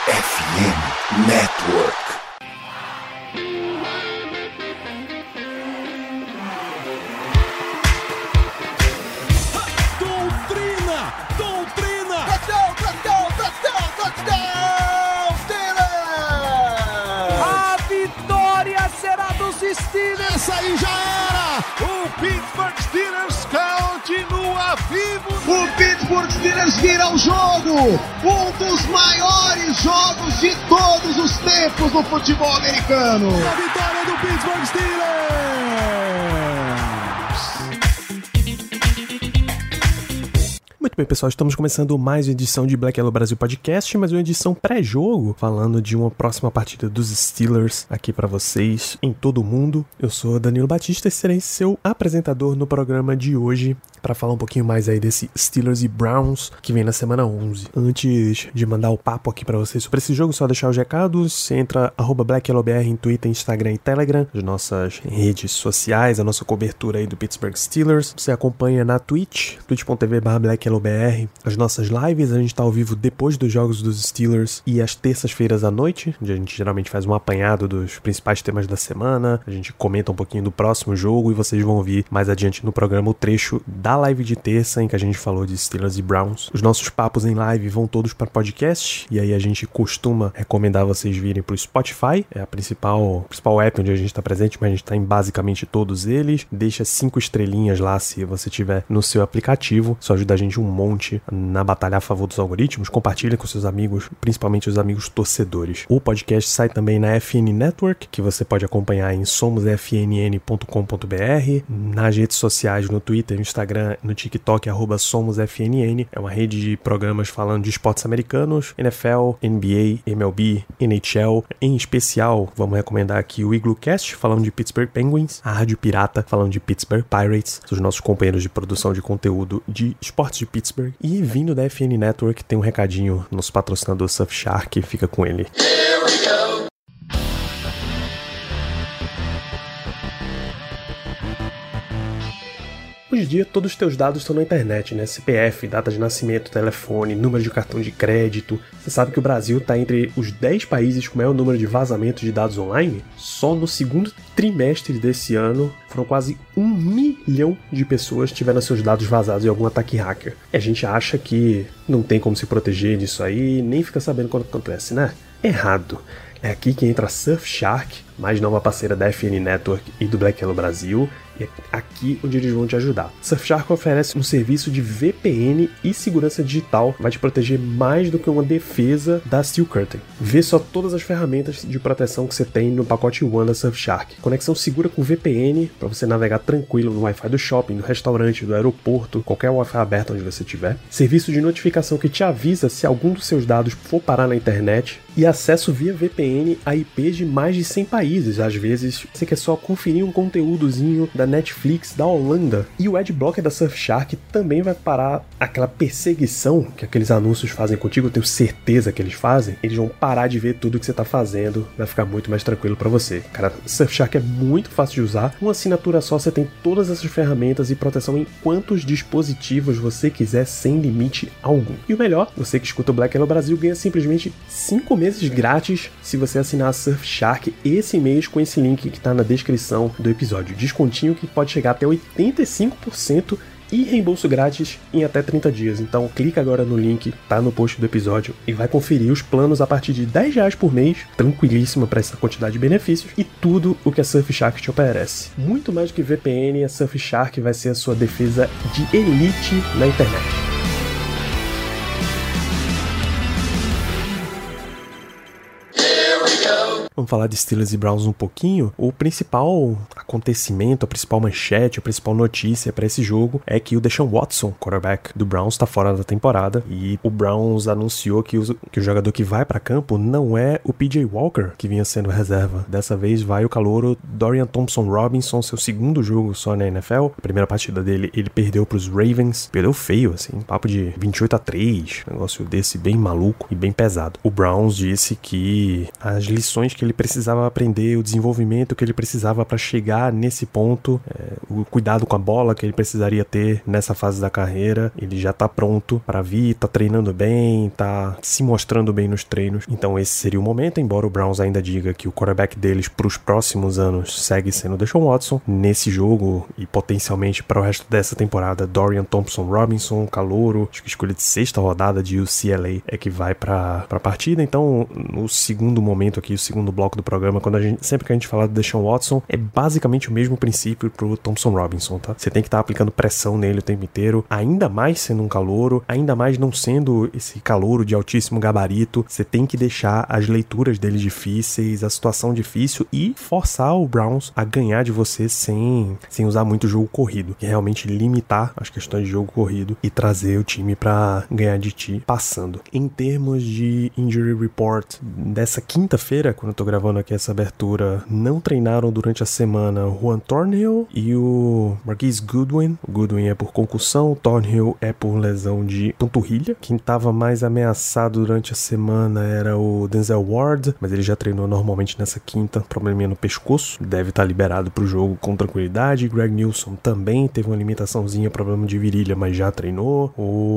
FM Network. Steelers, essa aí já era! O Pittsburgh Steelers continua vivo! O Pittsburgh Steelers vira o jogo! Um dos maiores jogos de todos os tempos no futebol americano! A vitória do Pittsburgh Steelers! Muito bem, pessoal, estamos começando mais uma edição de Black Yellow Brasil Podcast, mas uma edição pré-jogo, falando de uma próxima partida dos Steelers aqui pra vocês em todo o mundo. Eu sou Danilo Batista e serei seu apresentador no programa de hoje para falar um pouquinho mais aí desse Steelers e Browns que vem na semana 11. Antes de mandar o papo aqui pra vocês sobre esse jogo, só deixar os recados. Você entra @BlackYellowBR em Twitter, Instagram e Telegram, as nossas redes sociais, a nossa cobertura aí do Pittsburgh Steelers. Você acompanha na Twitch, twitch.tv/BlackYellowBR, as nossas lives. A gente tá ao vivo depois dos jogos dos Steelers e às terças-feiras à noite, onde a gente geralmente faz um apanhado dos principais temas da semana. A gente comenta um pouquinho do próximo jogo e vocês vão ouvir mais adiante no programa o trecho da live de terça em que a gente falou de Steelers e Browns. Os nossos papos em live vão todos para podcast e aí a gente costuma recomendar vocês virem pro Spotify, é a principal app onde a gente tá presente, mas a gente tá em basicamente todos eles. Deixa 5 estrelinhas lá se você tiver no seu aplicativo, isso ajuda a gente um monte na batalha a favor dos algoritmos. Compartilha com seus amigos, principalmente os amigos torcedores. O podcast sai também na FN Network, que você pode acompanhar em somosfnn.com.br, nas redes sociais, no Twitter, no Instagram, no TikTok, @SomosFNN. É uma rede de programas falando de esportes americanos, NFL, NBA, MLB, NHL. Em especial, vamos recomendar aqui o Iglocast, falando de Pittsburgh Penguins, a Rádio Pirata, falando de Pittsburgh Pirates, os nossos companheiros de produção de conteúdo de esportes de Pittsburgh. E vindo da FN Network, tem um recadinho, nosso patrocinador Surfshark, fica com ele. Here we go. Hoje em dia, todos os teus dados estão na internet, né? CPF, data de nascimento, telefone, número de cartão de crédito. Você sabe que o Brasil está entre os 10 países com maior número de vazamentos de dados online? Só no segundo trimestre desse ano, foram quase 1 milhão de pessoas que tiveram seus dados vazados em algum ataque hacker. E a gente acha que não tem como se proteger disso aí, nem fica sabendo quando acontece, né? Errado. É aqui que entra a Surfshark, mais nova parceira da FN Network e do Black Yellow Brasil, e é aqui onde eles vão te ajudar. Surfshark oferece um serviço de VPN e segurança digital, vai te proteger mais do que uma defesa da Steel Curtain. Vê só todas as ferramentas de proteção que você tem no pacote One da Surfshark. Conexão segura com VPN, para você navegar tranquilo no Wi-Fi do shopping, do restaurante, do aeroporto, qualquer Wi-Fi aberto onde você estiver. Serviço de notificação que te avisa se algum dos seus dados for parar na internet, e acesso via VPN a IPs de mais de 100 países. Às vezes, você quer só conferir um conteúdozinho da Netflix da Holanda. E o Adblocker da Surfshark também vai parar aquela perseguição que aqueles anúncios fazem contigo, eu tenho certeza que eles fazem. Eles vão parar de ver tudo que você tá fazendo, vai ficar muito mais tranquilo para você. Cara, Surfshark é muito fácil de usar. Uma assinatura só, você tem todas essas ferramentas e proteção em quantos dispositivos você quiser, sem limite algum. E o melhor, você que escuta o Black Yellow Brasil ganha simplesmente 5 meses grátis se você assinar a Surfshark esse mês com esse link que tá na descrição do episódio. Descontinho que pode chegar até 85% e reembolso grátis em até 30 dias. Então clica agora no link, tá no post do episódio, e vai conferir os planos a partir de R$10 por mês, tranquilíssimo para essa quantidade de benefícios e tudo o que a Surfshark te oferece. Muito mais do que VPN, a Surfshark vai ser a sua defesa de elite na internet. Vamos falar de Steelers e Browns um pouquinho. O principal acontecimento, a principal manchete, a principal notícia para esse jogo é que o Deshaun Watson, quarterback do Browns, está fora da temporada, e o Browns anunciou que o jogador que vai para campo não é o PJ Walker, que vinha sendo reserva. Dessa vez vai o calouro Dorian Thompson-Robinson, seu segundo jogo só na NFL. A primeira partida dele, ele perdeu para os Ravens, perdeu feio, assim, papo de 28-3, negócio desse bem maluco e bem pesado. O Browns disse que as lições que ele precisava aprender, o desenvolvimento que ele precisava para chegar nesse ponto, o cuidado com a bola que ele precisaria ter nessa fase da carreira. Ele já tá pronto para vir, tá treinando bem, tá se mostrando bem nos treinos. Então esse seria o momento, embora o Browns ainda diga que o quarterback deles para os próximos anos segue sendo o Deshaun Watson. Nesse jogo e potencialmente para o resto dessa temporada, Dorian Thompson-Robinson, calouro, acho que escolha de 6ª rodada de UCLA é que vai para a partida. Então no segundo momento aqui, o segundo bloco do programa, sempre que a gente falar do Deshaun Watson, é basicamente o mesmo princípio pro Thompson-Robinson, tá? Você tem que estar aplicando pressão nele o tempo inteiro, ainda mais sendo um calouro, ainda mais não sendo esse calouro de altíssimo gabarito. Você tem que deixar as leituras dele difíceis, a situação difícil e forçar o Browns a ganhar de você sem usar muito jogo corrido, e realmente limitar as questões de jogo corrido e trazer o time pra ganhar de ti passando. Em termos de injury report dessa quinta-feira, quando eu tô gravando aqui essa abertura, não treinaram durante a semana o Juan Thornhill e o Marquise Goodwin. O Goodwin é por concussão, o Thornhill é por lesão de panturrilha. Quem tava mais ameaçado durante a semana era o Denzel Ward, mas ele já treinou normalmente nessa quinta, probleminha no pescoço, deve estar liberado pro jogo com tranquilidade. Greg Nilsson também teve uma limitaçãozinha, problema de virilha, mas já treinou.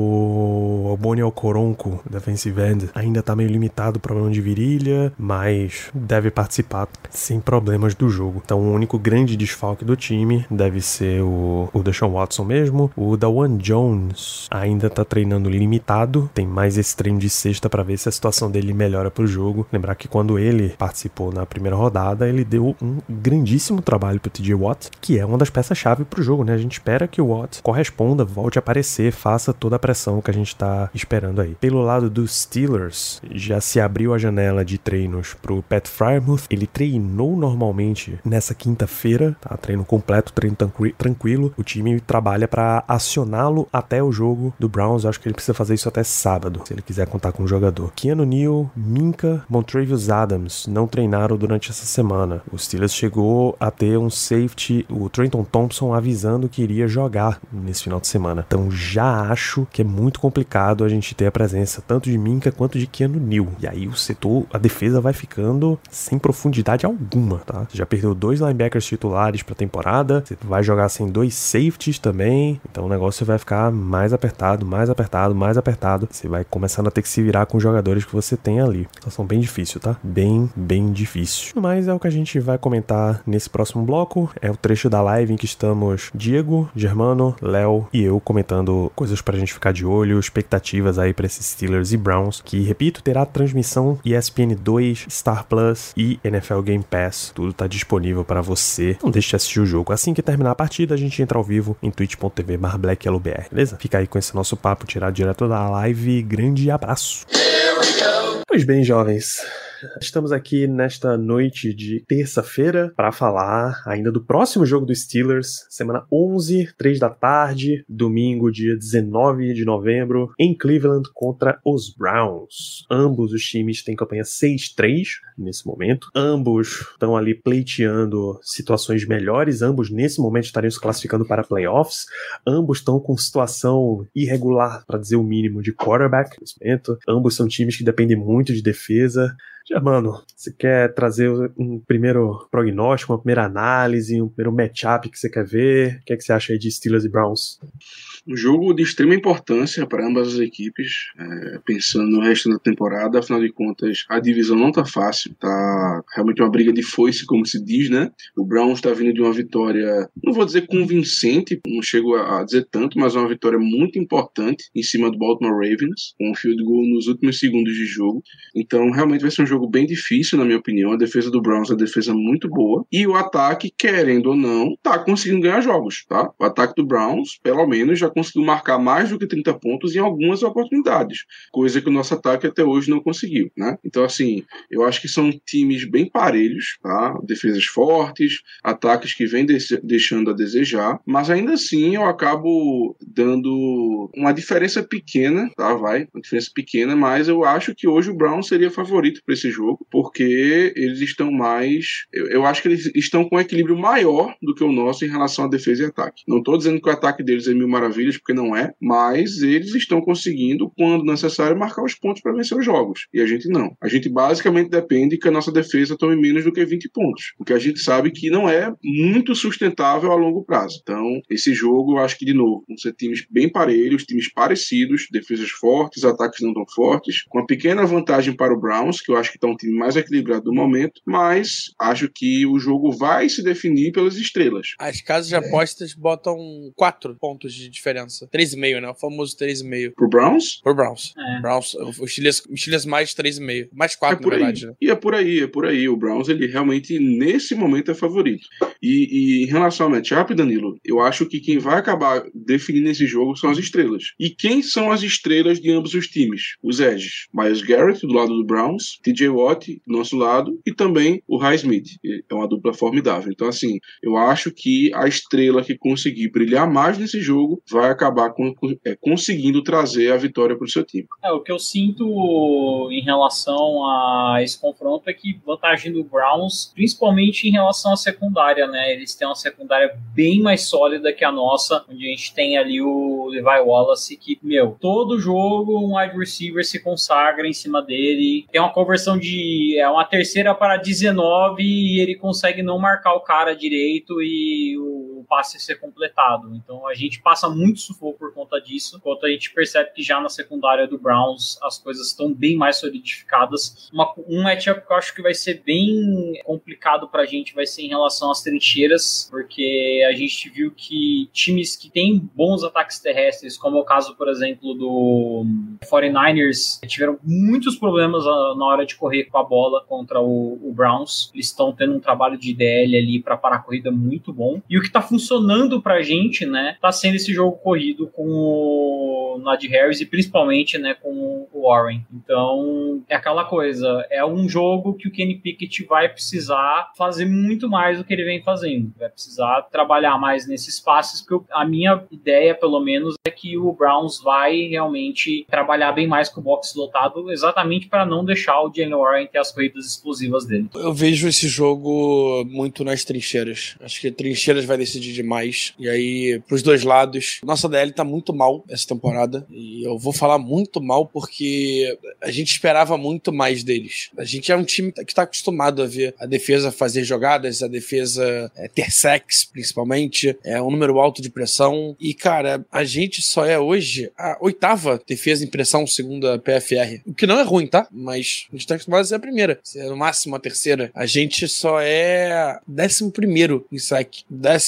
O Bonnie Okoronkwo, defensive end, ainda tá meio limitado, problema de virilha, mas deve participar sem problemas do jogo. Então o único grande desfalque do time deve ser o Deshaun Watson mesmo. O Dawan Jones ainda tá treinando limitado, tem mais esse treino de sexta pra ver se a situação dele melhora pro jogo. Lembrar que quando ele participou na primeira rodada, ele deu um grandíssimo trabalho pro TJ Watt, que é uma das peças-chave pro jogo, né? A gente espera que o Watt corresponda, volte a aparecer, faça toda a pressão que a gente tá esperando aí. Pelo lado dos Steelers, já se abriu a janela de treinos pro Pat Freiermuth. Ele treinou normalmente nessa quinta-feira, tá? Treino completo, treino tranquilo. O time trabalha pra acioná-lo até o jogo do Browns. Eu acho que ele precisa fazer isso até sábado, se ele quiser contar com o jogador. Keanu Neal, Minka, Montravius Adams não treinaram durante essa semana. O Steelers chegou a ter um safety, o Trenton Thompson, avisando que iria jogar nesse final de semana. Então já acho que é muito complicado a gente ter a presença tanto de Minka quanto de Keanu Neal. E aí o setor, a defesa vai ficando sem profundidade alguma, tá? Você já perdeu 2 linebackers titulares pra temporada, você vai jogar sem 2 safeties também, então o negócio vai ficar mais apertado, mais apertado, mais apertado. Você vai começando a ter que se virar com os jogadores que você tem ali. Situação bem difícil, tá? Bem difícil. Mas é o que a gente vai comentar nesse próximo bloco. É o trecho da live em que estamos Diego, Germano, Léo e eu comentando coisas pra gente ficar de olho, expectativas aí pra esses Steelers e Browns, que, repito, terá transmissão ESPN 2, Star Plus e NFL Game Pass. Tudo tá disponível para você. Não deixe de assistir o jogo. Assim que terminar a partida, a gente entra ao vivo em twitch.tv/blackyellowbr, beleza? Fica aí com esse nosso papo tirado direto da live. Grande abraço. Pois bem, jovens, estamos aqui nesta noite de terça-feira para falar ainda do próximo jogo dos Steelers, semana 11, 3 da tarde, domingo, dia 19 de novembro, em Cleveland contra os Browns. Ambos os times têm campanha 6-3 nesse momento. Ambos estão ali pleiteando situações melhores. Ambos nesse momento estariam se classificando para playoffs. Ambos estão com situação irregular, para dizer o mínimo, de quarterback nesse momento. Ambos são times que dependem muito de defesa. Germano, você quer trazer um primeiro prognóstico, uma primeira análise, um primeiro matchup que você quer ver? O que é que você acha aí de Steelers e Browns? Um jogo de extrema importância para ambas as equipes, pensando no resto da temporada. Afinal de contas, a divisão não tá fácil, tá realmente uma briga de foice, como se diz, né? O Browns tá vindo de uma vitória, não vou dizer convincente, não chego a dizer tanto, mas uma vitória muito importante em cima do Baltimore Ravens, com um field goal nos últimos segundos de jogo. Então, realmente vai ser um jogo bem difícil, na minha opinião. A defesa do Browns é uma defesa muito boa, e o ataque, querendo ou não, tá conseguindo ganhar jogos, tá? O ataque do Browns, pelo menos, já conseguiu marcar mais do que 30 pontos em algumas oportunidades, coisa que o nosso ataque até hoje não conseguiu, né? Então, assim, eu acho que são times bem parelhos, tá? Defesas fortes, ataques que vêm deixando a desejar, mas ainda assim eu acabo dando uma diferença pequena, tá? Uma diferença pequena, mas eu acho que hoje o Browns seria favorito para esse jogo, porque eles estão mais... Eu acho que eles estão com um equilíbrio maior do que o nosso em relação à defesa e ataque. Não estou dizendo que o ataque deles é mil maravilhas, maravilhas, porque não é, mas eles estão conseguindo, quando necessário, marcar os pontos para vencer os jogos. E a gente não. A gente basicamente depende que a nossa defesa tome menos do que 20 pontos, porque a gente sabe que não é muito sustentável a longo prazo. Então, esse jogo, eu acho que, de novo, vão ser times bem parelhos, times parecidos, defesas fortes, ataques não tão fortes, com uma pequena vantagem para o Browns, que eu acho que está um time mais equilibrado no momento, mas acho que o jogo vai se definir pelas estrelas. As casas de apostas botam 4 pontos de diferença. 3,5, né? O famoso 3,5. Pro Browns? Pro Browns. Browns, o Steelers mais 3,5. Mais 4, na verdade. Né? E é por aí. O Browns, ele realmente, nesse momento, é favorito. E em relação ao matchup, Danilo, eu acho que quem vai acabar definindo esse jogo são as estrelas. E quem são as estrelas de ambos os times? Os edges. Myles Garrett, do lado do Browns, TJ Watt, do nosso lado, e também o Highsmith. É uma dupla formidável. Então, assim, eu acho que a estrela que conseguir brilhar mais nesse jogo vai acabar conseguindo trazer a vitória para o seu time. O que eu sinto em relação a esse confronto é que vantagem do Browns, principalmente em relação à secundária, né? Eles têm uma secundária bem mais sólida que a nossa, onde a gente tem ali o Levi Wallace, que, todo jogo um wide receiver se consagra em cima dele. Tem uma conversão é uma terceira para 19 e ele consegue não marcar o cara direito e o passe ser completado. Então a gente passa muito sufoco por conta disso, enquanto a gente percebe que já na secundária do Browns as coisas estão bem mais solidificadas. Um matchup que eu acho que vai ser bem complicado pra gente vai ser em relação às trincheiras, porque a gente viu que times que têm bons ataques terrestres, como é o caso, por exemplo, do 49ers, tiveram muitos problemas na hora de correr com a bola contra o Browns. Eles estão tendo um trabalho de DL ali para parar a corrida muito bom. E o que tá funcionando pra gente, né, tá sendo esse jogo corrido com o Najee Harris e principalmente, né, com o Warren. Então, é aquela coisa, é um jogo que o Kenny Pickett vai precisar fazer muito mais do que ele vem fazendo. Vai precisar trabalhar mais nesses passes, porque a minha ideia, pelo menos, é que o Browns vai realmente trabalhar bem mais com o box lotado, exatamente para não deixar o Jalen Warren ter as corridas explosivas dele. Eu vejo esse jogo muito nas trincheiras. Acho que trincheiras vai decidir demais. E aí, pros dois lados, nossa DL tá muito mal essa temporada. E eu vou falar muito mal porque a gente esperava muito mais deles. A gente é um time que tá acostumado a ver a defesa fazer jogadas, a defesa ter sacks, principalmente, um número alto de pressão. E, cara, a gente só é hoje a 8ª defesa em pressão, segundo a PFR. O que não é ruim, tá? Mas a gente tá acostumado a ser a primeira. Ser no máximo a terceira. A gente só é 11º em sack.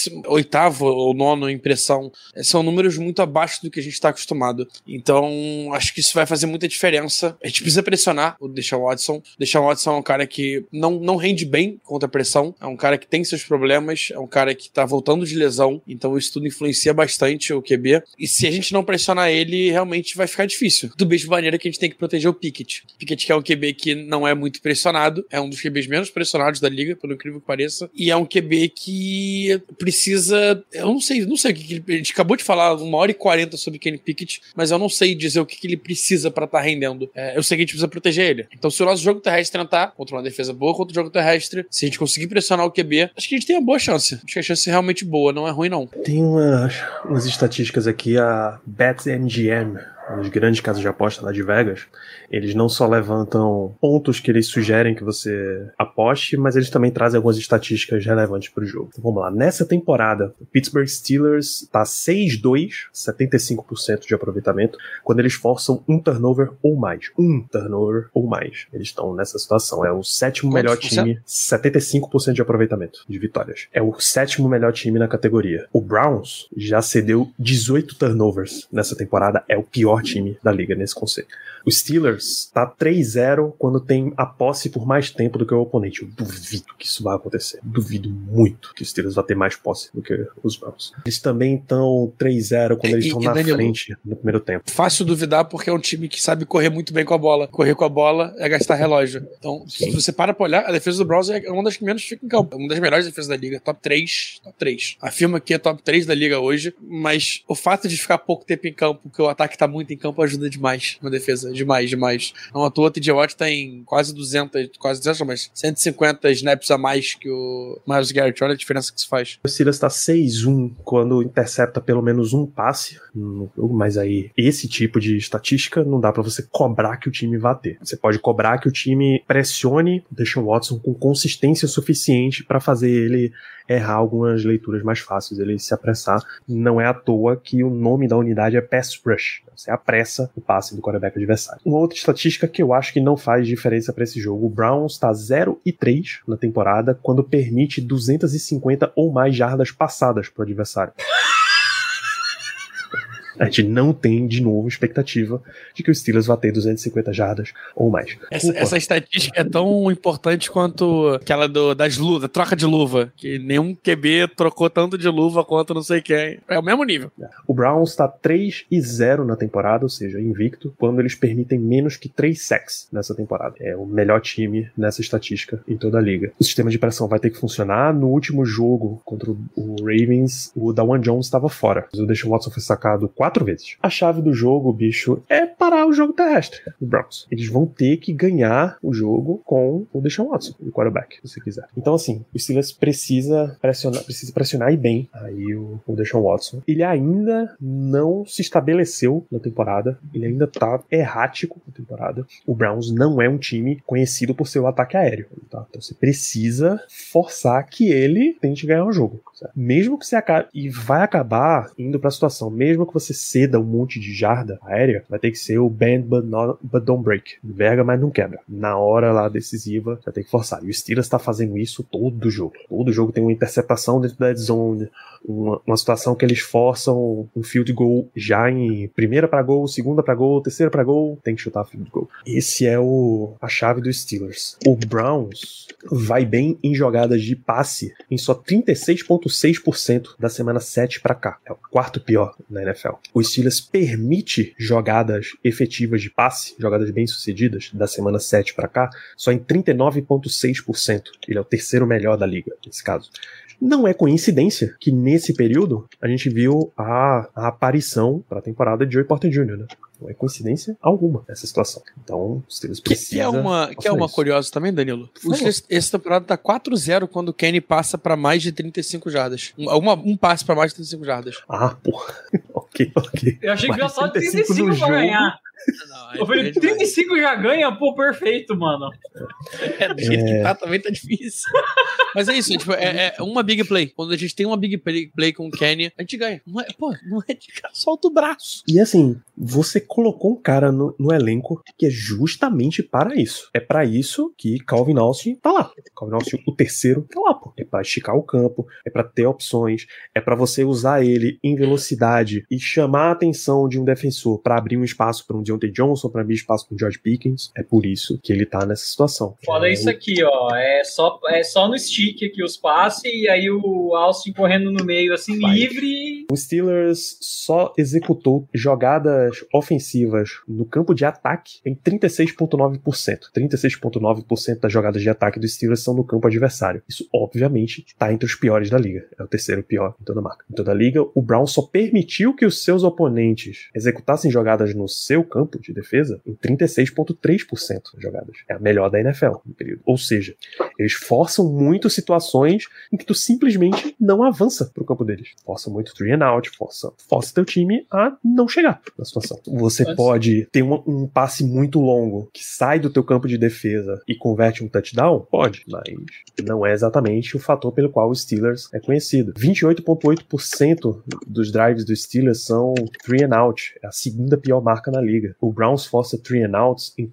18º ou 9º em pressão. São números muito abaixo do que a gente tá acostumado. Então, acho que isso vai fazer muita diferença. A gente precisa pressionar o Deshaun Watson. Deshaun Watson é um cara que não rende bem contra a pressão. É um cara que tem seus problemas. É um cara que tá voltando de lesão. Então, isso tudo influencia bastante o QB. E se a gente não pressionar ele, realmente vai ficar difícil. Do mesma maneira que a gente tem que proteger o Pickett. Pickett, que é um QB que não é muito pressionado. É um dos QBs menos pressionados da liga, pelo incrível que pareça. E é um QB que precisa... Eu não sei o que ele... A gente acabou de falar 1h40 sobre Kenny Pickett, mas eu não sei dizer o que ele precisa pra estar rendendo. Eu sei que a gente precisa proteger ele. Então, se o nosso jogo terrestre tentar contra uma defesa boa contra o jogo terrestre, se a gente conseguir pressionar o QB, acho que a gente tem uma boa chance. Acho que a chance é realmente boa, não é ruim, não. Tem umas estatísticas aqui, a BetMGM, um dos grandes casas de aposta lá de Vegas, eles não só levantam pontos que eles sugerem que você aposte, mas eles também trazem algumas estatísticas relevantes para o jogo. Então, vamos lá. Nessa temporada, o Pittsburgh Steelers está 6-2, 75% de aproveitamento, quando eles forçam um turnover ou mais. Eles estão nessa situação. É o 7º melhor time, 75% de aproveitamento de vitórias. É o 7º melhor time na categoria. O Browns já cedeu 18 turnovers nessa temporada, é o pior time da liga nesse conceito. O Steelers tá 3-0 quando tem a posse por mais tempo do que o oponente. Eu duvido que isso vai acontecer. Duvido muito que o Steelers vai ter mais posse do que os Browns. Eles também estão 3-0 quando eles estão na frente no primeiro tempo. Fácil duvidar porque é um time que sabe correr muito bem com a bola. Correr com a bola é gastar relógio. Então, se você para pra olhar, a defesa do Browns é uma das que menos fica em campo. É uma das melhores defesas da liga. Top 3. Afirma que é top 3 da liga hoje, mas o fato de ficar pouco tempo em campo, que o ataque tá muito muito em campo ajuda demais na defesa. Demais. Não à toa, o TJ Watt tem quase 200, mas 150 snaps a mais que o Myles Garrett. Olha a diferença que isso faz. O Steelers tá 6-1 quando intercepta pelo menos um passe no jogo, mas aí esse tipo de estatística não dá pra você cobrar que o time vá ter. Você pode cobrar que o time pressione o Deshaun Watson com consistência suficiente pra fazer ele errar algumas leituras mais fáceis, ele se apressar. Não é à toa que o nome da unidade é Pass Rush. Você apressa o passe do quarterback adversário. Uma outra estatística que eu acho que não faz diferença para esse jogo. O Browns está 0-3 na temporada quando permite 250 ou mais jardas passadas para o adversário. A gente não tem, de novo, expectativa de que o Steelers vá ter 250 jardas ou mais. Essa estatística é tão importante quanto aquela das luvas, da troca de luva, que nenhum QB trocou tanto de luva quanto não sei quem. É o mesmo nível. O Browns está 3-0 na temporada, ou seja, invicto, quando eles permitem menos que 3 sacks nessa temporada. É o melhor time nessa estatística em toda a liga. O sistema de pressão vai ter que funcionar. No último jogo contra o Ravens, o Dawan Jones estava fora. O Deshaun Watson foi sacado 4 vezes. A chave do jogo, bicho, é parar o jogo terrestre do Browns. Eles vão ter que ganhar o jogo com o Deshaun Watson, o quarterback, se você quiser. Então, assim, o Steelers precisa pressionar e bem aí o Deshaun Watson. Ele ainda não se estabeleceu na temporada. Ele ainda tá errático na temporada. O Browns não é um time conhecido por seu ataque aéreo, tá? Então você precisa forçar que ele tente ganhar o jogo, certo? Mesmo que você acabe, e vai acabar indo pra situação, mesmo que você ceda um monte de jarda aérea, vai ter que ser o bend but don't break. Verga, mas não quebra. Na hora lá decisiva, vai ter que forçar. E o Steelers tá fazendo isso todo jogo. Todo jogo tem uma interceptação dentro da red zone, uma situação que eles forçam um field goal já em primeira pra gol, segunda pra gol, terceira pra gol, tem que chutar field goal. Esse é a chave dos Steelers. O Browns vai bem em jogadas de passe em só 36,6% da semana 7 pra cá. É o quarto pior na NFL. O Steelers permite jogadas efetivas de passe, jogadas bem-sucedidas, da semana 7 pra cá, só em 39,6%. Ele é o terceiro melhor da liga, nesse caso. Não é coincidência que nesse período a gente viu a aparição para a temporada de Joey Porter Jr., né? Não é coincidência alguma nessa situação. Então, os Steelers precisam... Que é uma curiosa também, Danilo? Essa temporada tá 4-0 quando o Kenny passa para mais de 35 jardas. Um passe para mais de 35 jardas. Ah, porra. Ok. Eu achei que já só 35 pra ganhar. Não, eu falei, 35 já ganha, pô, perfeito, mano. Do jeito que tá, também tá difícil. Mas é isso, tipo, é uma big play. Quando a gente tem uma big play com o Kenny, a gente ganha. Não é de cara, solta o braço. E assim, você colocou um cara no elenco que é justamente para isso. É para isso que Calvin Austin tá lá. Calvin Austin, o terceiro, tá lá, pô. É pra esticar o campo, é pra ter opções, é pra você usar ele em velocidade e chamar a atenção de um defensor pra abrir um espaço pra um Deontay Johnson, pra abrir espaço pro George Pickens. É por isso que ele tá nessa situação. Foda isso aqui, ó. É só no stick aqui os passes e aí o Austin correndo no meio assim, livre. O Steelers só executou jogadas ofensivas no campo de ataque em 36,9%. 36,9% das jogadas de ataque do Steelers são no campo adversário. Isso, obviamente, tá entre os piores da liga. É o terceiro pior em toda a marca. Em toda a liga, o Browns só permitiu que os seus oponentes executassem jogadas no seu campo de defesa em 36,3% das jogadas. É a melhor da NFL no período. Ou seja, eles forçam muito situações em que tu simplesmente não avança pro campo deles. Força muito 3 and out, força teu time a não chegar na situação. Você pode ter um passe muito longo que sai do teu campo de defesa e converte um touchdown? Pode, mas não é exatamente o fator pelo qual o Steelers é conhecido. 28,8% dos drives do Steelers são 3 and out. É a segunda pior marca na liga. O Browns força 3 and outs em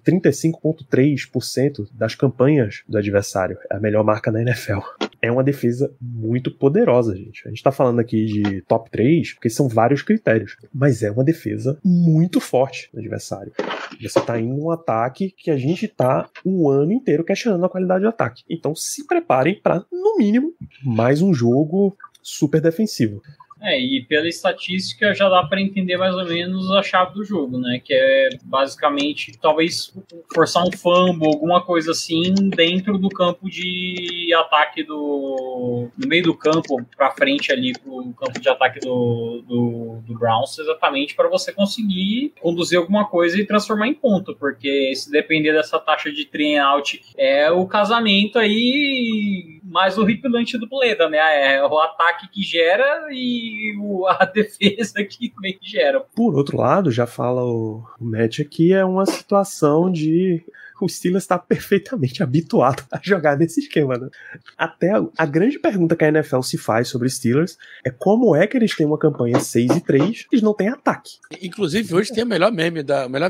35,3% das campanhas do adversário. É a melhor marca na NFL. É uma defesa muito poderosa, gente. A gente tá falando aqui de top 3, porque são vários critérios. Mas é uma defesa muito forte do adversário. Você tá indo num ataque que a gente tá um ano inteiro questionando a qualidade do ataque. Então se preparem para, no mínimo, mais um jogo super defensivo. E pela estatística já dá para entender mais ou menos a chave do jogo, né? Que é basicamente talvez forçar um fumble, alguma coisa assim, dentro do campo de ataque no meio do campo, para frente ali pro campo de ataque do Browns, exatamente para você conseguir conduzir alguma coisa e transformar em ponto, porque se depender dessa taxa de 3-and-out, é o casamento aí mais o Ripland do planeta, né? É o ataque que gera e a defesa que também gera. Por outro lado, já fala o Matt aqui, é uma situação de... O Steelers está perfeitamente habituado a jogar nesse esquema, né? Até a grande pergunta que a NFL se faz sobre os Steelers é como é que eles têm uma campanha 6-3 e eles não têm ataque. Inclusive, hoje tem o melhor meme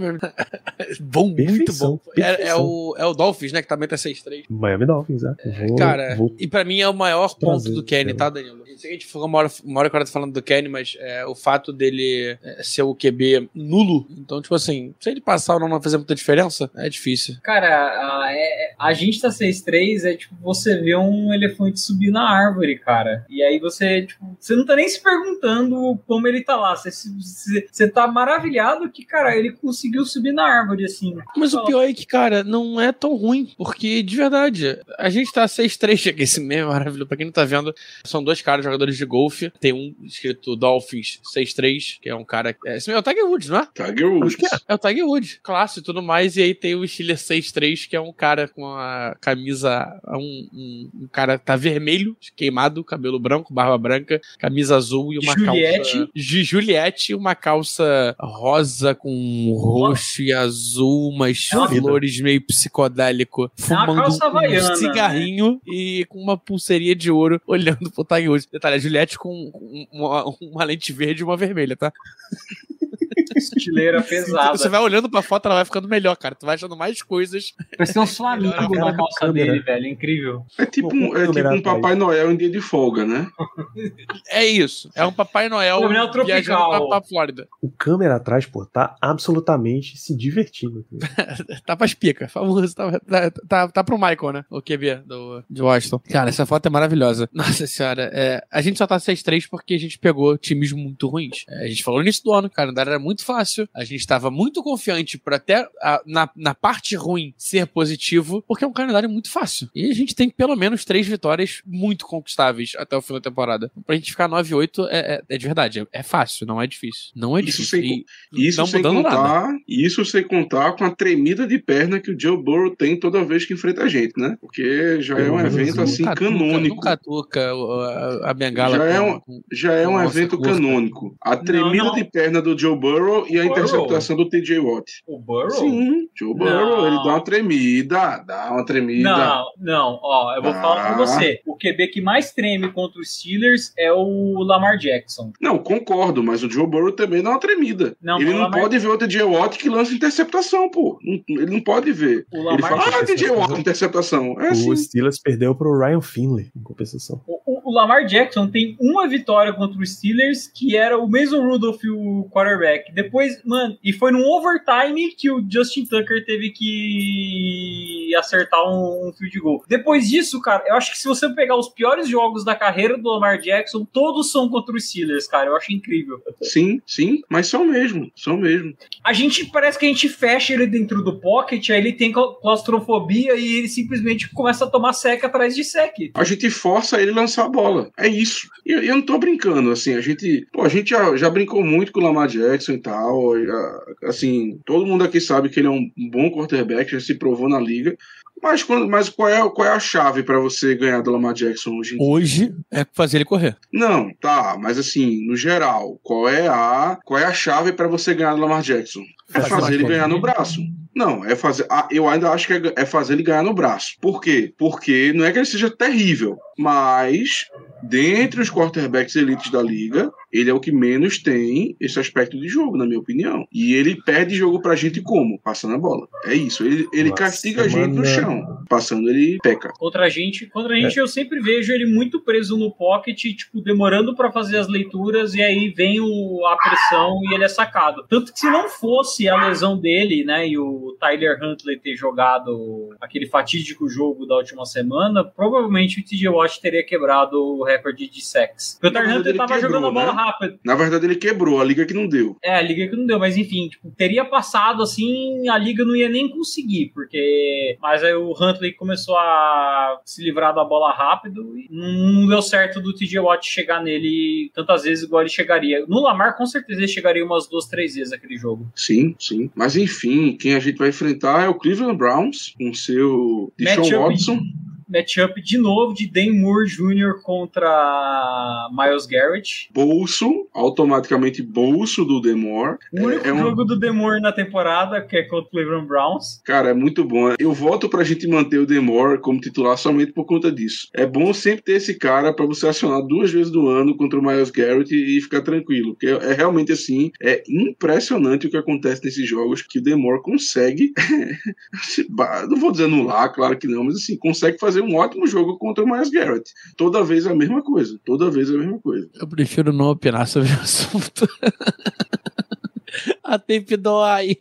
bom, Perfeição, muito bom. É o Dolphins, né, que também tá 6-3. Miami Dolphins, né? E pra mim é o maior ponto do Kenny, tá, Danilo? A gente ficou uma hora que eu tô falando do Kenny, mas o fato dele ser o QB nulo, então, tipo assim, se ele passar ou não fazer muita diferença, é difícil. Cara, a gente tá 6-3, é tipo você vê um elefante subir na árvore, cara. E aí você não tá nem se perguntando como ele tá lá. Você tá maravilhado que, cara, ele conseguiu subir na árvore, assim. Mas o pior é que, cara, não é tão ruim, porque, de verdade, a gente tá 6-3, esse meme é maravilhoso. Pra quem não tá vendo, são dois caras, jogadores de golfe. Tem um escrito Dolphins 6-3, que é um cara... Esse é o Tiger Woods, não é? Tiger Woods. É o Tiger Woods, classe e tudo mais. E aí tem o Steelers 6-3, que é um cara com a camisa... Um cara tá vermelho, queimado, cabelo branco, barba branca, camisa azul e uma calça... De Juliette, uma calça rosa com roxo e azul, umas flores meio psicodélico, fumando um cigarrinho, né? E com uma pulseirinha de ouro olhando pro Tiger Woods. Detalhe, a Juliette com uma lente verde e uma vermelha, tá? Estileira pesada. Você vai olhando pra foto, ela vai ficando melhor, cara. Tu vai achando mais coisas. Parece um flamingos na calça dele, velho. Incrível. É tipo um Papai Noel em dia de folga, né? É isso. É um Papai Noel viajando pra Flórida. O câmera atrás, pô, tá absolutamente se divertindo. Tá pras picas. Famoso. Tá pro Michael, né? O QB de Washington. Cara, essa foto é maravilhosa. Nossa senhora. A gente só tá 6-3 porque a gente pegou times muito ruins. A gente falou no início do ano, cara. O calendário era muito fácil. A gente estava muito confiante para até na parte ruim ser positivo, porque é um calendário muito fácil. E a gente tem pelo menos 3 vitórias muito conquistáveis até o fim da temporada. Pra gente ficar 9-8 é de verdade. É fácil, não é difícil. Não é difícil. Isso sem contar com a tremida de perna que o Joe Burrow tem toda vez que enfrenta a gente, né? Porque já é um evento assim canônico. Nunca toca a bengala. Já é um evento canônico. A tremida de perna do Joe Burrow e a interceptação do TJ Watt. O Burrow? Sim, Joe Burrow, ele dá uma tremida. Não, ó, eu vou falar pra você. O QB que mais treme contra os Steelers é o Lamar Jackson. Não, concordo, mas o Joe Burrow também dá uma tremida. Ele não pode ver o TJ Watt que lança interceptação, pô. Ele não pode ver. Ele fala, TJ Watt, interceptação. O Steelers perdeu pro Ryan Finley, em compensação. O Lamar Jackson tem uma vitória contra os Steelers, que era o Mason Rudolph, o quarterback. Depois, mano, e foi num overtime que o Justin Tucker teve que acertar um field goal. Depois disso, cara, eu acho que se você pegar os piores jogos da carreira do Lamar Jackson, todos são contra os Steelers, cara. Eu acho incrível. Sim, mas são mesmo. Parece que a gente fecha ele dentro do pocket, aí ele tem claustrofobia e ele simplesmente começa a tomar sec atrás de sec. A gente força ele a lançar a bola. É isso. E eu não tô brincando, assim, a gente já brincou muito com o Lamar Jackson e tal, assim, todo mundo aqui sabe que ele é um bom quarterback, já se provou na liga, mas qual é a chave pra você ganhar do Lamar Jackson hoje em dia? Hoje é fazer ele correr. Não, tá, mas assim, no geral, qual é a chave pra você ganhar do Lamar Jackson? É fazer ele ganhar no braço. Não, é fazer. Eu ainda acho que é fazer ele ganhar no braço. Por quê? Porque não é que ele seja terrível, mas dentre os quarterbacks elites da liga, ele é o que menos tem esse aspecto de jogo, na minha opinião. E ele perde jogo pra gente como? Passando a bola. É isso. Ele castiga a gente no chão. Passando, ele peca. Contra a gente, eu sempre vejo ele muito preso no pocket, tipo, demorando pra fazer as leituras, e aí vem a pressão e ele é sacado. Tanto que se não fosse a lesão dele, né, e o o Tyler Huntley ter jogado aquele fatídico jogo da última semana, provavelmente o TJ Watt teria quebrado o recorde de sacks. Porque o Tyler Huntley tava jogando a bola rápida. Na verdade, ele quebrou, a liga que não deu. A liga que não deu, mas enfim, tipo, teria passado assim, a liga não ia nem conseguir, porque... Mas aí o Huntley começou a se livrar da bola rápido e não deu certo do TJ Watt chegar nele tantas vezes igual ele chegaria. No Lamar, com certeza, ele chegaria umas 2, 3 vezes aquele jogo. Sim. Mas enfim, quem a gente vai enfrentar é o Cleveland Browns, com seu Deshaun Watson. Matchup de novo de Dan Moore Jr. contra Myles Garrett. Automaticamente bolso do Demore. O único jogo do Demore na temporada, que é contra o Cleveland Browns. Cara, é muito bom. Eu voto pra gente manter o Demore como titular somente por conta disso. É bom sempre ter esse cara pra você acionar 2 vezes do ano contra o Myles Garrett e ficar tranquilo. Porque é realmente assim, é impressionante o que acontece nesses jogos, que o Demore consegue, não vou dizer anular, claro que não, mas assim, consegue fazer um ótimo jogo contra o Myles Garrett. Toda vez a mesma coisa. Eu prefiro não opinar sobre o assunto. A tape dói.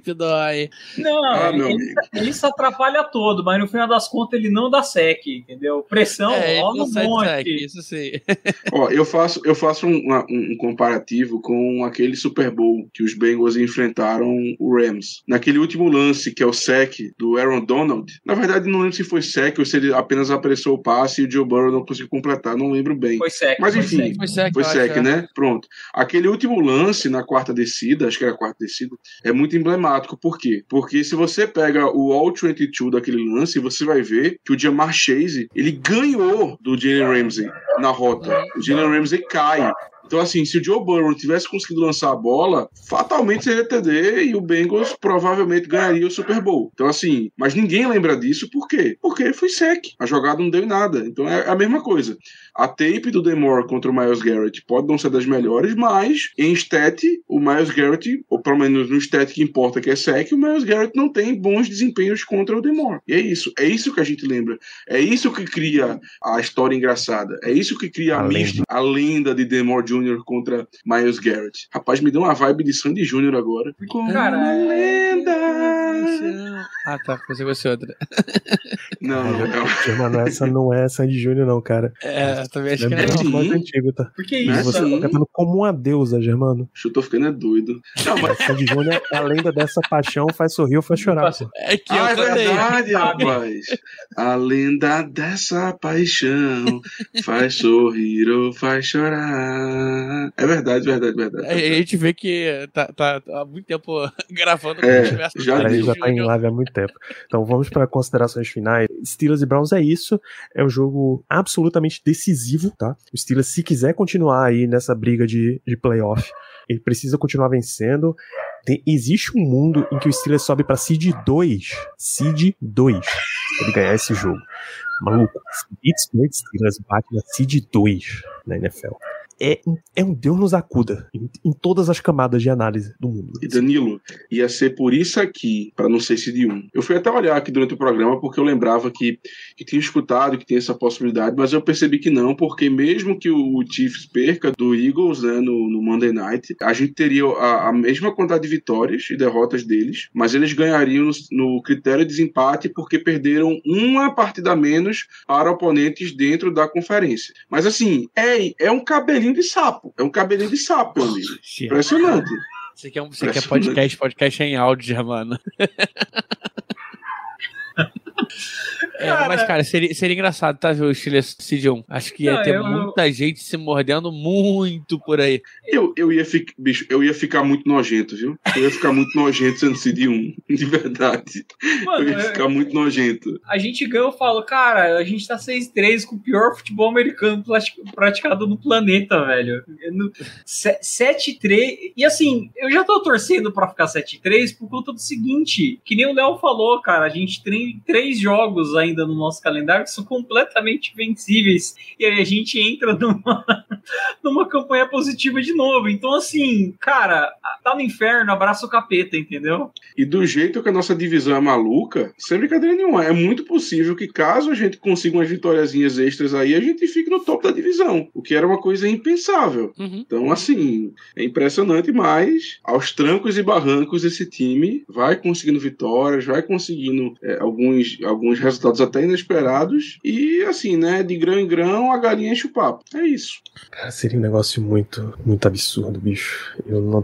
Não, ele se atrapalha todo, mas no final das contas ele não dá sec, entendeu? Pressão, ó no monte. Sec, isso sim. Ó, eu faço um comparativo com aquele Super Bowl que os Bengals enfrentaram o Rams. Naquele último lance, que é o sec do Aaron Donald. Na verdade, não lembro se foi sec ou se ele apenas apressou o passe e o Joe Burrow não conseguiu completar, não lembro bem. Foi sec. Mas enfim, foi sec, né? Pronto. Aquele último lance na quarta descida, acho que era a quarta descida, é muito emblemático. Por quê? Porque se você pega o All-22 daquele lance, você vai ver que o Ja'Marr Chase, ele ganhou do Jalen Ramsey na rota. O Jalen Ramsey cai. Então, assim, se o Joe Burrow tivesse conseguido lançar a bola, fatalmente seria TD e o Bengals provavelmente ganharia o Super Bowl. Então, assim, mas ninguém lembra disso, por quê? Porque foi sec. A jogada não deu em nada. Então, é a mesma coisa. A tape do Demore contra o Myles Garrett pode não ser das melhores, mas em stat, o Myles Garrett, ou pelo menos no stat que importa, que é sec, o Myles Garrett não tem bons desempenhos contra o Demore. E é isso que a gente lembra. É isso que cria a história engraçada. É isso que cria a lenda de Demore Jr. contra Myles Garrett. Rapaz, me deu uma vibe de Sandy Jr. agora. Cara, lenda! Ah, tá. Pensei que fosse outra. Mano, essa não é Sandy Jr. não, cara. Também acho que é mais antigo, tá? Por que isso? Você tá cantando como uma deusa, Germano. Eu tô ficando doido. Não, mas Sandy Jr., a lenda dessa paixão, faz sorrir ou faz chorar. É verdade, rapaz. A lenda dessa paixão faz sorrir ou faz chorar. É verdade. A gente vê que tá há muito tempo gravando. Já tá em live há muito tempo. Então vamos para considerações finais. Steelers e Browns é isso. É um jogo absolutamente decisivo, tá? O Steelers, se quiser continuar aí nessa briga de playoff, ele precisa continuar vencendo. Existe um mundo em que o Steelers sobe pra Seed 2. Seed 2. Ele ganhar esse jogo. Maluco, Pittsburgh Steelers bate na Seed 2 na NFL. É um Deus nos acuda em todas as camadas de análise do mundo. E Danilo, ia ser por isso aqui, para não ser Seed 1. Eu fui até olhar aqui durante o programa porque eu lembrava que tinha escutado que tinha essa possibilidade, mas eu percebi que não, porque mesmo que o Chiefs perca do Eagles, né, no Monday Night, a gente teria a mesma quantidade de vitórias e derrotas deles, mas eles ganhariam no critério de desempate porque perderam uma partida a menos para oponentes dentro da conferência. Mas assim, é um cabelinho de sapo. É um cabelinho de sapo, meu amigo. Impressionante. Você quer podcast em áudio, Germano. Mas, cara, seria engraçado, tá? Ver o Steelers Seed 1. Acho que ia ter muita gente se mordendo muito por aí. Eu ia ficar muito nojento, viu? Eu ia ficar muito nojento sendo Seed 1. De verdade. Mano, eu ia ficar muito nojento. A gente ganhou, eu falo, cara, a gente tá 6-3 com o pior futebol americano praticado no planeta, velho. 7-3. E assim, eu já tô torcendo pra ficar 7-3 por conta do seguinte, que nem o Léo falou, cara, a gente tem 3 jogos ainda ainda no nosso calendário que são completamente vencíveis. E aí a gente entra numa campanha positiva de novo. Então, assim, cara, tá no inferno, abraça o capeta, entendeu? E do jeito que a nossa divisão é maluca, sem brincadeira nenhuma, é muito possível que caso a gente consiga umas vitóriazinhas extras aí, a gente fique no topo da divisão, o que era uma coisa impensável. Então, assim, é impressionante, mas aos trancos e barrancos esse time vai conseguindo vitórias, vai conseguindo alguns resultados até inesperados e, assim, né, de grão em grão a galinha enche o papo. É isso. Cara, seria um negócio muito, muito absurdo, bicho. Eu não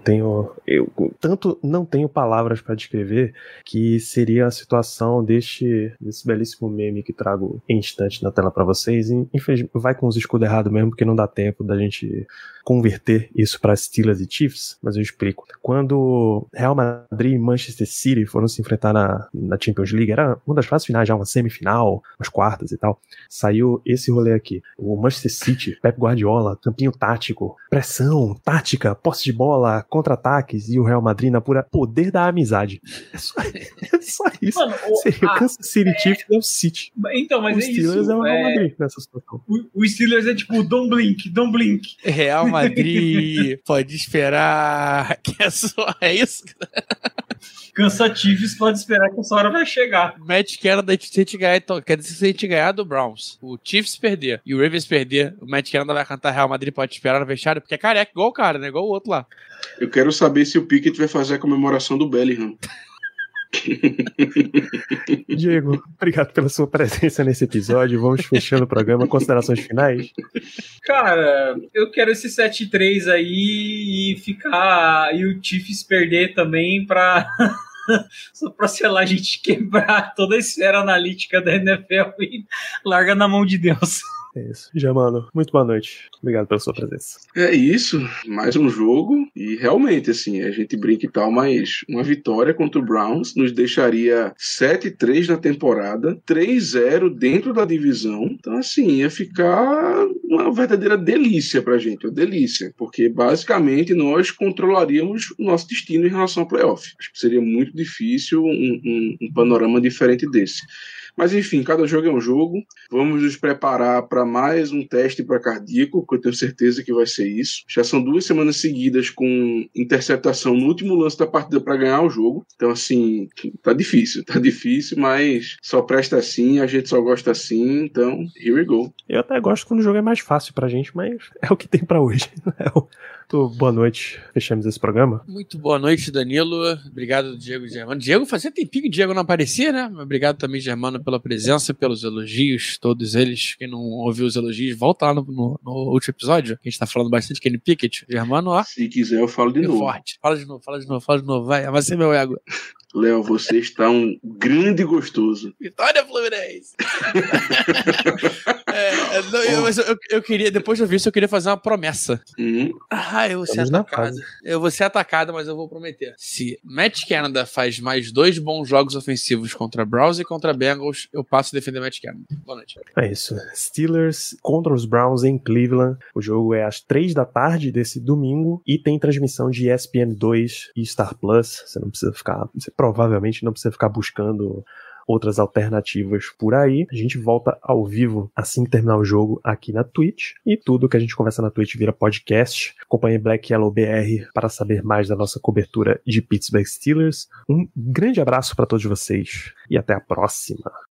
tenho palavras pra descrever que seria a situação desse belíssimo meme que trago em instante na tela pra vocês. E, infelizmente, vai com os escudos errados mesmo, porque não dá tempo da gente converter isso para Steelers e Chiefs, mas eu explico. Quando Real Madrid e Manchester City foram se enfrentar na Champions League, era uma das fases finais já, uma semifinal, umas quartas e tal, saiu esse rolê aqui. O Manchester City, Pep Guardiola, campinho tático, pressão, tática, posse de bola, contra-ataques, e o Real Madrid na pura poder da amizade. É só isso. Mano, seria o Kansas City Chiefs é o City. Então, mas o Steelers é o Real Madrid nessa situação. O Steelers é tipo, don't blink. Real Madrid, pode esperar que é isso? Cansativos, pode esperar que essa hora vai chegar. O Matt Canada quer dizer se a gente ganhar do Browns, o Chiefs perder e o Ravens perder, o Matt Canada vai cantar Real Madrid pode esperar no vestiário, porque é careca, igual o cara, né? Igual o outro lá. Eu quero saber se o Pickett vai fazer a comemoração do Bellingham. Diego, obrigado pela sua presença nesse episódio. Vamos fechando o programa. Considerações finais? Cara, eu quero esse 7-3 aí e o Chiefs perder também só pra, sei lá, a gente quebrar toda a esfera analítica da NFL e larga na mão de Deus. É isso. Germano, muito boa noite. Obrigado pela sua presença. É isso. Mais um jogo. E realmente, assim, a gente brinca e tal, mas uma vitória contra o Browns nos deixaria 7-3 na temporada, 3-0 dentro da divisão. Então, assim, ia ficar uma verdadeira delícia pra gente. Uma delícia. Porque, basicamente, nós controlaríamos o nosso destino em relação ao playoff. Acho que seria muito difícil um panorama diferente desse. Mas enfim, cada jogo é um jogo. Vamos nos preparar para mais um teste para cardíaco, que eu tenho certeza que vai ser isso. Já são 2 semanas seguidas com interceptação no último lance da partida para ganhar o jogo. Então, assim, tá difícil, mas só presta assim, a gente só gosta assim, então, here we go. Eu até gosto quando o jogo é mais fácil pra gente, mas é o que tem pra hoje. Boa noite, fechamos esse programa. Muito boa noite, Danilo. Obrigado, Diego e Germano. Diego, fazia tempinho que o Diego não aparecia, né? Obrigado também, Germano, pela presença, pelos elogios, todos eles. Quem não ouviu os elogios, volta lá no último episódio, que a gente tá falando bastante de Kenny Pickett. Germano, ó. Se quiser, eu falo de novo. Forte. Fala de novo. Vai ser meu ego. Léo, você está um grande gostoso. Vitória, Fluminense! Mas eu queria, depois de ouvir isso, eu queria fazer uma promessa. Eu vou ser atacado. Eu vou ser atacado, mas eu vou prometer. Se Matt Canada faz mais 2 bons jogos ofensivos contra Browns e contra Bengals, eu passo a defender Matt Canada. Boa noite. É isso. Steelers contra os Browns em Cleveland. O jogo é às 3 da tarde desse domingo e tem transmissão de ESPN 2 e Star Plus. Você provavelmente não precisa ficar buscando outras alternativas por aí. A gente volta ao vivo assim que terminar o jogo aqui na Twitch, e tudo que a gente conversa na Twitch vira podcast. Acompanhe Black Yellow BR para saber mais da nossa cobertura de Pittsburgh Steelers. Um grande abraço para todos vocês e até a próxima.